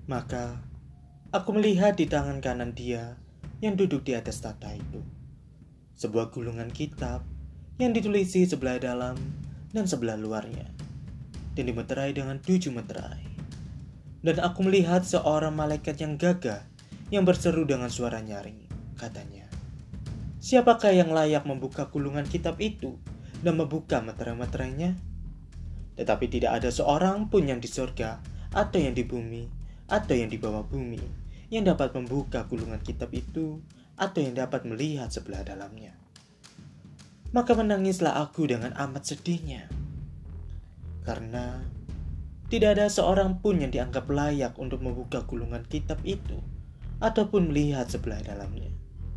Maka aku melihat di tangan kanan dia yang duduk di atas tahta itu sebuah gulungan kitab yang ditulisi sebelah dalam dan sebelah luarnya, dan dimeterai dengan 7 meterai. Dan aku melihat seorang malaikat yang gagah yang berseru dengan suara nyaring. Katanya, "Siapakah yang layak membuka gulungan kitab itu dan membuka meterai-meterainya?" Tetapi tidak ada seorang pun yang di surga atau yang di bumi atau yang di bawah bumi yang dapat membuka gulungan kitab itu atau yang dapat melihat sebelah dalamnya. Maka menangislah aku dengan amat sedihnya, karena tidak ada seorang pun yang dianggap layak untuk membuka gulungan kitab itu ataupun melihat sebelah dalamnya.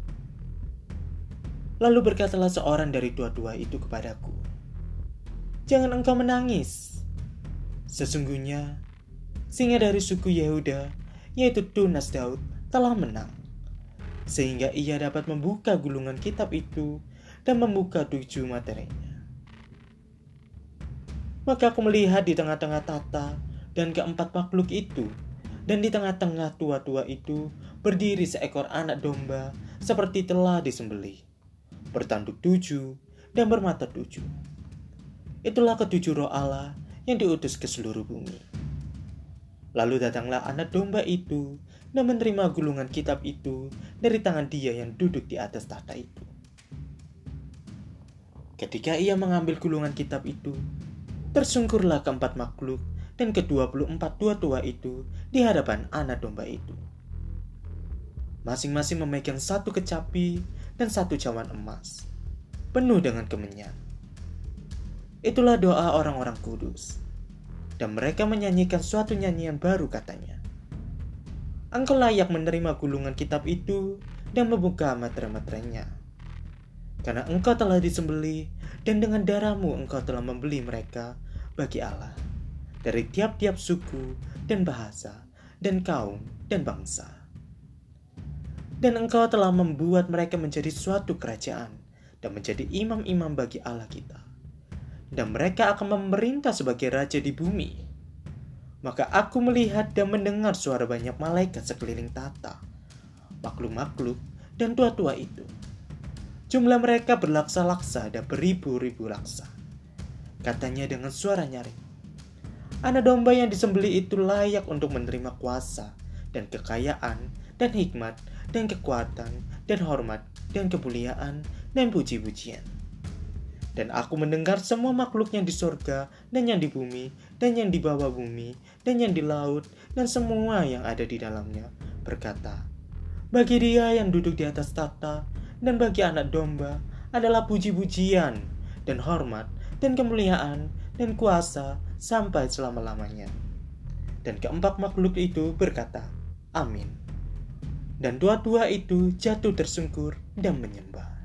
Lalu berkatalah seorang dari tua-tua itu kepadaku, "Jangan engkau menangis. Sesungguhnya singa dari suku Yehuda, yaitu tunas Daud, telah menang, sehingga ia dapat membuka gulungan kitab itu dan membuka 7 materinya." Maka aku melihat di tengah-tengah tahta dan keempat makhluk itu, dan di tengah-tengah tua-tua itu berdiri seekor anak domba seperti telah disembelih, bertanduk 7 dan bermata 7. Itulah ketujuh roh Allah yang diutus ke seluruh bumi. Lalu datanglah anak domba itu dan menerima gulungan kitab itu dari tangan dia yang duduk di atas tahta itu. Ketika ia mengambil gulungan kitab itu, tersungkurlah keempat makhluk dan ke-24 tua-tua itu di hadapan anak domba itu. Masing-masing memegang satu kecapi dan satu cawan emas, penuh dengan kemenyan. Itulah doa orang-orang kudus. Dan mereka menyanyikan suatu nyanyian baru, katanya, "Engkau layak menerima gulungan kitab itu dan membuka meterai-meterainya. Karena engkau telah disembelih dan dengan darahmu engkau telah membeli mereka bagi Allah dari tiap-tiap suku dan bahasa dan kaum dan bangsa. Dan engkau telah membuat mereka menjadi suatu kerajaan dan menjadi imam-imam bagi Allah kita. Dan mereka akan memerintah sebagai raja di bumi." Maka aku melihat dan mendengar suara banyak malaikat sekeliling tahta, makhluk-makhluk dan tua-tua itu. Jumlah mereka berlaksa-laksa dan beribu-ribu laksa. Katanya dengan suara nyaring, "Anak domba yang disembelih itu layak untuk menerima kuasa dan kekayaan dan hikmat dan kekuatan dan hormat dan kemuliaan dan puji-pujian." Dan aku mendengar semua makhluk yang di surga dan yang di bumi dan yang di bawah bumi dan yang di laut dan semua yang ada di dalamnya berkata, "Bagi Dia yang duduk di atas tahta dan bagi anak domba adalah puji-pujian dan hormat dan kemuliaan dan kuasa sampai selama-lamanya." Dan keempat makhluk itu berkata, "Amin." Dan tua-tua itu jatuh tersungkur dan menyembah.